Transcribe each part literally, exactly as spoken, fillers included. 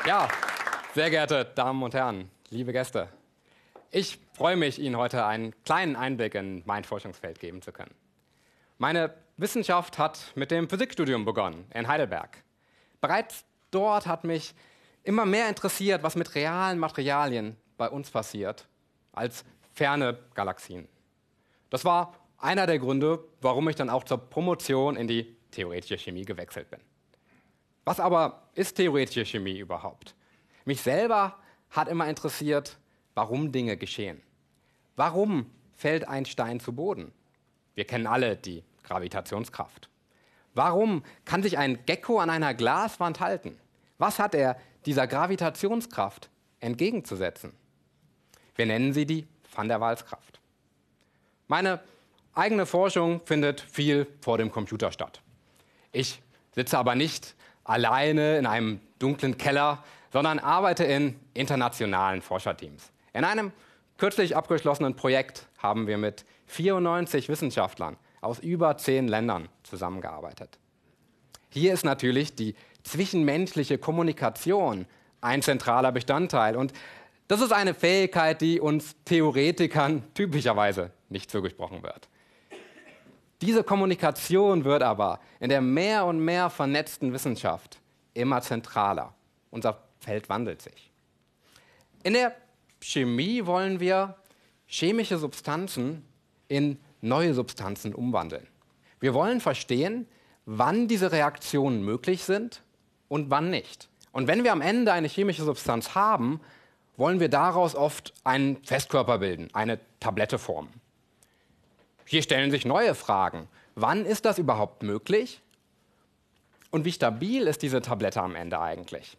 Ja, sehr geehrte Damen und Herren, liebe Gäste. Ich freue mich, Ihnen heute einen kleinen Einblick in mein Forschungsfeld geben zu können. Meine Wissenschaft hat mit dem Physikstudium begonnen in Heidelberg. Bereits dort hat mich immer mehr interessiert, was mit realen Materialien bei uns passiert, als ferne Galaxien. Das war einer der Gründe, warum ich dann auch zur Promotion in die theoretische Chemie gewechselt bin. Was aber ist theoretische Chemie überhaupt? Mich selber hat immer interessiert, warum Dinge geschehen. Warum fällt ein Stein zu Boden? Wir kennen alle die Gravitationskraft. Warum kann sich ein Gecko an einer Glaswand halten? Was hat er dieser Gravitationskraft entgegenzusetzen? Wir nennen sie die Van der Waals-Kraft. Meine eigene Forschung findet viel vor dem Computer statt. Ich sitze aber nicht alleine in einem dunklen Keller, sondern arbeite in internationalen Forscherteams. In einem kürzlich abgeschlossenen Projekt haben wir mit vierundneunzig Wissenschaftlern aus über zehn Ländern zusammengearbeitet. Hier ist natürlich die zwischenmenschliche Kommunikation ein zentraler Bestandteil. Und das ist eine Fähigkeit, die uns Theoretikern typischerweise nicht zugesprochen wird. Diese Kommunikation wird aber in der mehr und mehr vernetzten Wissenschaft immer zentraler. Unser Feld wandelt sich. In der Chemie wollen wir chemische Substanzen in neue Substanzen umwandeln. Wir wollen verstehen, wann diese Reaktionen möglich sind und wann nicht. Und wenn wir am Ende eine chemische Substanz haben, wollen wir daraus oft einen Festkörper bilden, eine Tablette formen. Hier stellen sich neue Fragen. Wann ist das überhaupt möglich? Und wie stabil ist diese Tablette am Ende eigentlich?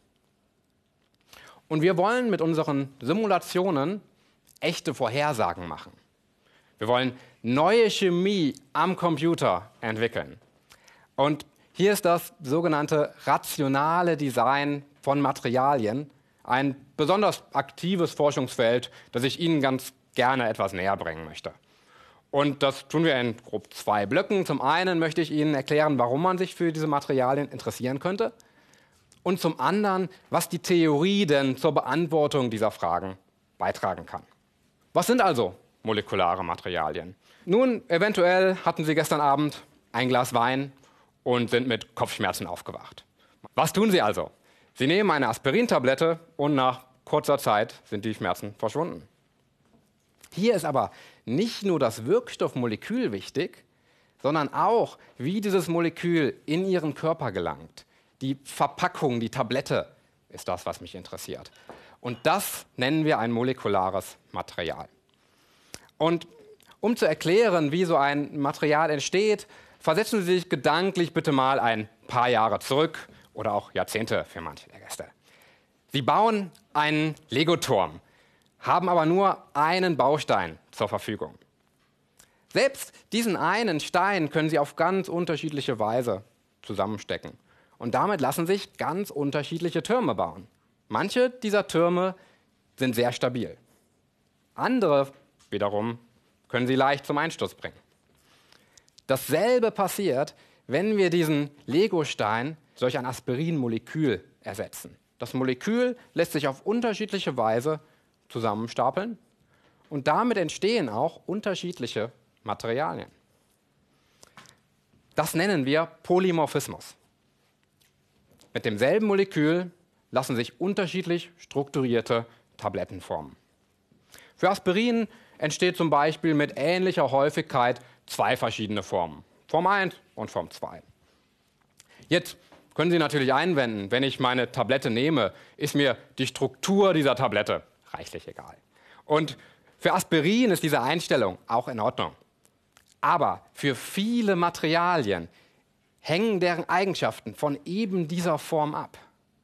Und wir wollen mit unseren Simulationen echte Vorhersagen machen. Wir wollen neue Chemie am Computer entwickeln. Und hier ist das sogenannte rationale Design von Materialien ein besonders aktives Forschungsfeld, das ich Ihnen ganz gerne etwas näher bringen möchte. Und das tun wir in grob zwei Blöcken. Zum einen möchte ich Ihnen erklären, warum man sich für diese Materialien interessieren könnte. Und zum anderen, was die Theorie denn zur Beantwortung dieser Fragen beitragen kann. Was sind also molekulare Materialien? Nun, eventuell hatten Sie gestern Abend ein Glas Wein und sind mit Kopfschmerzen aufgewacht. Was tun Sie also? Sie nehmen eine Aspirintablette und nach kurzer Zeit sind die Schmerzen verschwunden. Hier ist aber nicht nur das Wirkstoffmolekül wichtig, sondern auch, wie dieses Molekül in Ihren Körper gelangt. Die Verpackung, die Tablette ist das, was mich interessiert. Und das nennen wir ein molekulares Material. Und um zu erklären, wie so ein Material entsteht, versetzen Sie sich gedanklich bitte mal ein paar Jahre zurück oder auch Jahrzehnte für manche der Gäste. Sie bauen einen Lego-Turm, haben aber nur einen Baustein zur Verfügung. Selbst diesen einen Stein können Sie auf ganz unterschiedliche Weise zusammenstecken. Und damit lassen sich ganz unterschiedliche Türme bauen. Manche dieser Türme sind sehr stabil. Andere wiederum können Sie leicht zum Einsturz bringen. Dasselbe passiert, wenn wir diesen Legostein durch ein Aspirinmolekül ersetzen. Das Molekül lässt sich auf unterschiedliche Weise zusammenstapeln und damit entstehen auch unterschiedliche Materialien. Das nennen wir Polymorphismus. Mit demselben Molekül lassen sich unterschiedlich strukturierte Tabletten formen. Für Aspirin entsteht zum Beispiel mit ähnlicher Häufigkeit zwei verschiedene Formen, Form eins und Form zwei. Jetzt können Sie natürlich einwenden, wenn ich meine Tablette nehme, ist mir die Struktur dieser Tablette reichlich egal. Und für Aspirin ist diese Einstellung auch in Ordnung. Aber für viele Materialien hängen deren Eigenschaften von eben dieser Form ab.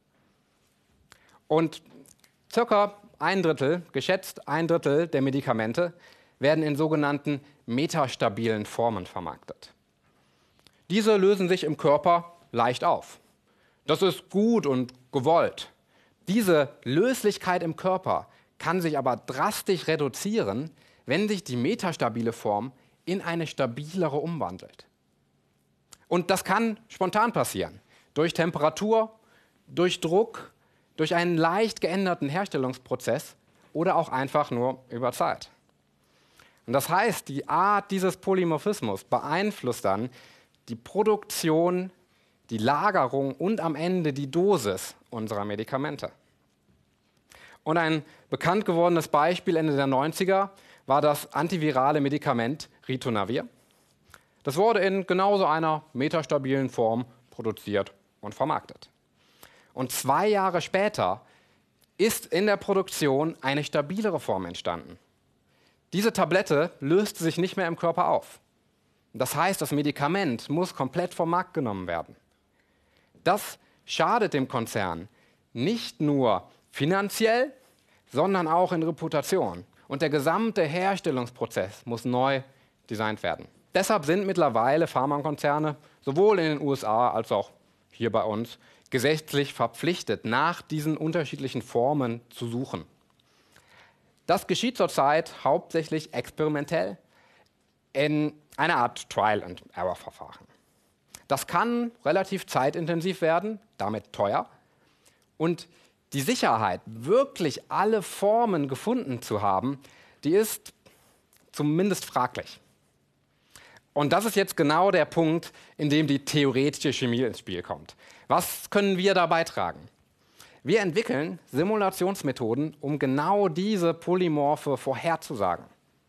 Und circa ein Drittel, geschätzt ein Drittel der Medikamente werden in sogenannten metastabilen Formen vermarktet. Diese lösen sich im Körper leicht auf. Das ist gut und gewollt. Diese Löslichkeit im Körper kann sich aber drastisch reduzieren, wenn sich die metastabile Form in eine stabilere umwandelt. Und das kann spontan passieren. Durch Temperatur, durch Druck, durch einen leicht geänderten Herstellungsprozess oder auch einfach nur über Zeit. Und das heißt, die Art dieses Polymorphismus beeinflusst dann die Produktion, die Lagerung und am Ende die Dosis unserer Medikamente. Und ein bekannt gewordenes Beispiel Ende der neunziger war das antivirale Medikament Ritonavir. Das wurde in genauso einer metastabilen Form produziert und vermarktet. Und zwei Jahre später ist in der Produktion eine stabilere Form entstanden. Diese Tablette löste sich nicht mehr im Körper auf. Das heißt, das Medikament muss komplett vom Markt genommen werden. Das schadet dem Konzern nicht nur finanziell, sondern auch in Reputation. Und der gesamte Herstellungsprozess muss neu designt werden. Deshalb sind mittlerweile Pharmakonzerne sowohl in den U S A als auch hier bei uns gesetzlich verpflichtet, nach diesen unterschiedlichen Formen zu suchen. Das geschieht zurzeit hauptsächlich experimentell in einer Art Trial-and-Error-Verfahren. Das kann relativ zeitintensiv werden, damit teuer. Und die Sicherheit, wirklich alle Formen gefunden zu haben, die ist zumindest fraglich. Und das ist jetzt genau der Punkt, in dem die theoretische Chemie ins Spiel kommt. Was können wir da beitragen? Wir entwickeln Simulationsmethoden, um genau diese Polymorphe vorherzusagen.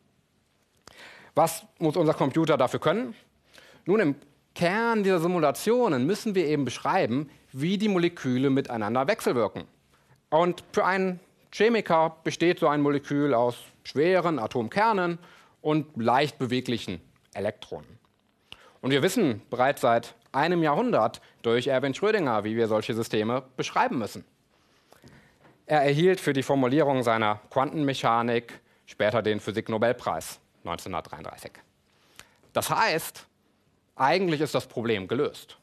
Was muss unser Computer dafür können? Nun, im Kern dieser Simulationen müssen wir eben beschreiben, wie die Moleküle miteinander wechselwirken. Und für einen Chemiker besteht so ein Molekül aus schweren Atomkernen und leicht beweglichen Elektronen. Und wir wissen bereits seit einem Jahrhundert durch Erwin Schrödinger, wie wir solche Systeme beschreiben müssen. Er erhielt für die Formulierung seiner Quantenmechanik später den Physiknobelpreis neunzehnhundertdreiunddreißig. Das heißt, eigentlich ist das Problem gelöst.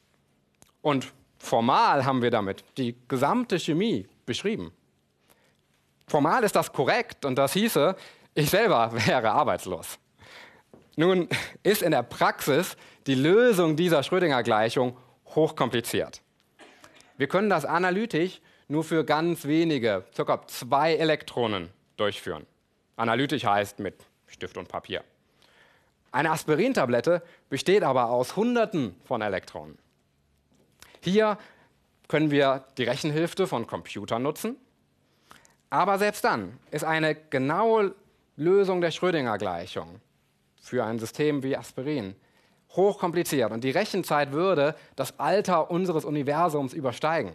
Und formal haben wir damit die gesamte Chemie beschrieben. Formal ist das korrekt und das hieße, ich selber wäre arbeitslos. Nun ist in der Praxis die Lösung dieser Schrödinger-Gleichung hochkompliziert. Wir können das analytisch nur für ganz wenige, ca. zwei Elektronen, durchführen. Analytisch heißt mit Stift und Papier. Eine Aspirintablette besteht aber aus Hunderten von Elektronen. Hier können wir die Rechenhilfe von Computern nutzen, aber selbst dann ist eine genaue Lösung der Schrödinger-Gleichung für ein System wie Aspirin hochkompliziert und die Rechenzeit würde das Alter unseres Universums übersteigen.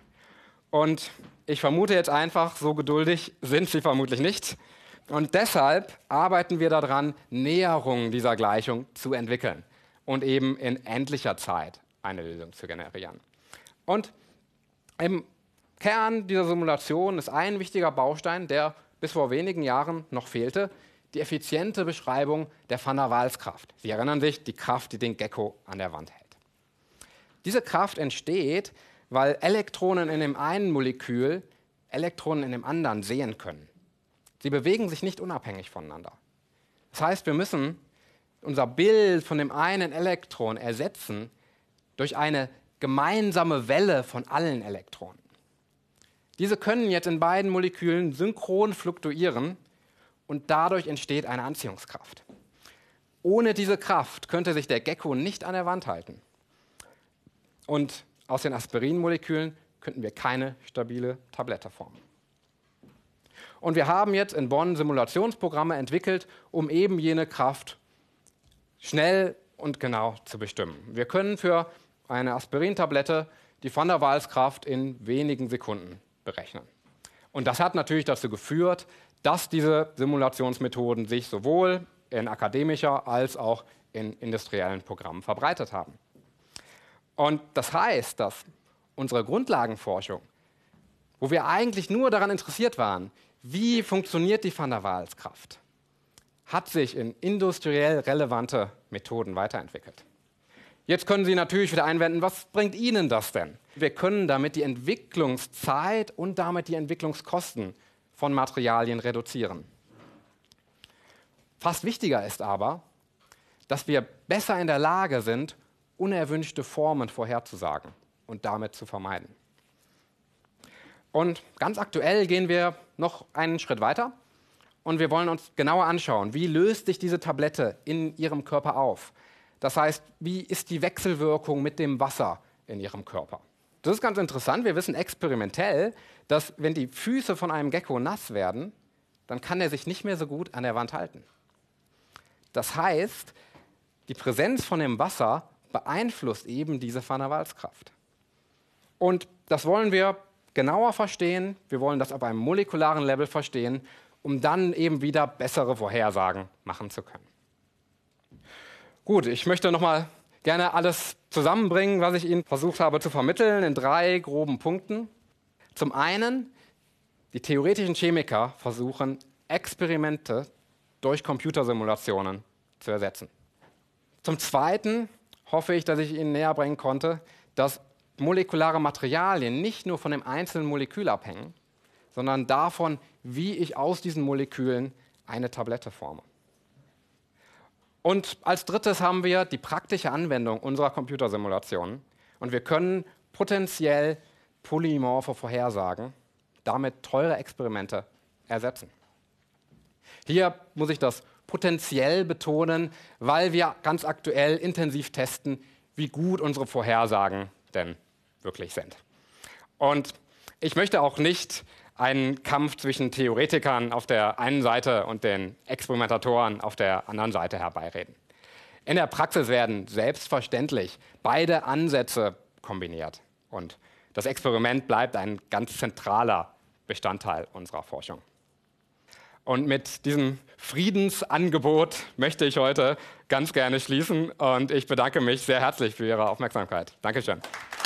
Und ich vermute jetzt einfach, so geduldig sind Sie vermutlich nicht. Und deshalb arbeiten wir daran, Näherungen dieser Gleichung zu entwickeln und eben in endlicher Zeit eine Lösung zu generieren. Und im Kern dieser Simulation ist ein wichtiger Baustein, der bis vor wenigen Jahren noch fehlte, die effiziente Beschreibung der Van der Waals-Kraft. Sie erinnern sich, die Kraft, die den Gecko an der Wand hält. Diese Kraft entsteht, weil Elektronen in dem einen Molekül Elektronen in dem anderen sehen können. Sie bewegen sich nicht unabhängig voneinander. Das heißt, wir müssen unser Bild von dem einen Elektron ersetzen durch eine gemeinsame Welle von allen Elektronen. Diese können jetzt in beiden Molekülen synchron fluktuieren und dadurch entsteht eine Anziehungskraft. Ohne diese Kraft könnte sich der Gecko nicht an der Wand halten. Und aus den Aspirinmolekülen könnten wir keine stabile Tablette formen. Und wir haben jetzt in Bonn Simulationsprogramme entwickelt, um eben jene Kraft schnell und genau zu bestimmen. Wir können für eine Aspirintablette die Van der Waals-Kraft in wenigen Sekunden berechnen. Und das hat natürlich dazu geführt, dass diese Simulationsmethoden sich sowohl in akademischer als auch in industriellen Programmen verbreitet haben. Und das heißt, dass unsere Grundlagenforschung, wo wir eigentlich nur daran interessiert waren, wie funktioniert die Van der Waals-Kraft, hat sich in industriell relevante Methoden weiterentwickelt. Jetzt können Sie natürlich wieder einwenden, was bringt Ihnen das denn? Wir können damit die Entwicklungszeit und damit die Entwicklungskosten von Materialien reduzieren. Fast wichtiger ist aber, dass wir besser in der Lage sind, unerwünschte Formen vorherzusagen und damit zu vermeiden. Und ganz aktuell gehen wir noch einen Schritt weiter und wir wollen uns genauer anschauen, wie löst sich diese Tablette in Ihrem Körper auf. Das heißt, wie ist die Wechselwirkung mit dem Wasser in Ihrem Körper? Das ist ganz interessant. Wir wissen experimentell, dass wenn die Füße von einem Gecko nass werden, dann kann er sich nicht mehr so gut an der Wand halten. Das heißt, die Präsenz von dem Wasser beeinflusst eben diese Van der Waals-Kraft. Und das wollen wir genauer verstehen. Wir wollen das auf einem molekularen Level verstehen, um dann eben wieder bessere Vorhersagen machen zu können. Gut, ich möchte noch mal gerne alles zusammenbringen, was ich Ihnen versucht habe zu vermitteln, in drei groben Punkten. Zum einen, die theoretischen Chemiker versuchen, Experimente durch Computersimulationen zu ersetzen. Zum Zweiten hoffe ich, dass ich Ihnen näher bringen konnte, dass molekulare Materialien nicht nur von dem einzelnen Molekül abhängen, sondern davon, wie ich aus diesen Molekülen eine Tablette forme. Und als drittes haben wir die praktische Anwendung unserer Computersimulationen. Und wir können potenziell polymorphe Vorhersagen, damit teure Experimente ersetzen. Hier muss ich das potenziell betonen, weil wir ganz aktuell intensiv testen, wie gut unsere Vorhersagen denn wirklich sind. Und ich möchte auch nicht einen Kampf zwischen Theoretikern auf der einen Seite und den Experimentatoren auf der anderen Seite herbeireden. In der Praxis werden selbstverständlich beide Ansätze kombiniert. Und das Experiment bleibt ein ganz zentraler Bestandteil unserer Forschung. Und mit diesem Friedensangebot möchte ich heute ganz gerne schließen und ich bedanke mich sehr herzlich für Ihre Aufmerksamkeit. Dankeschön.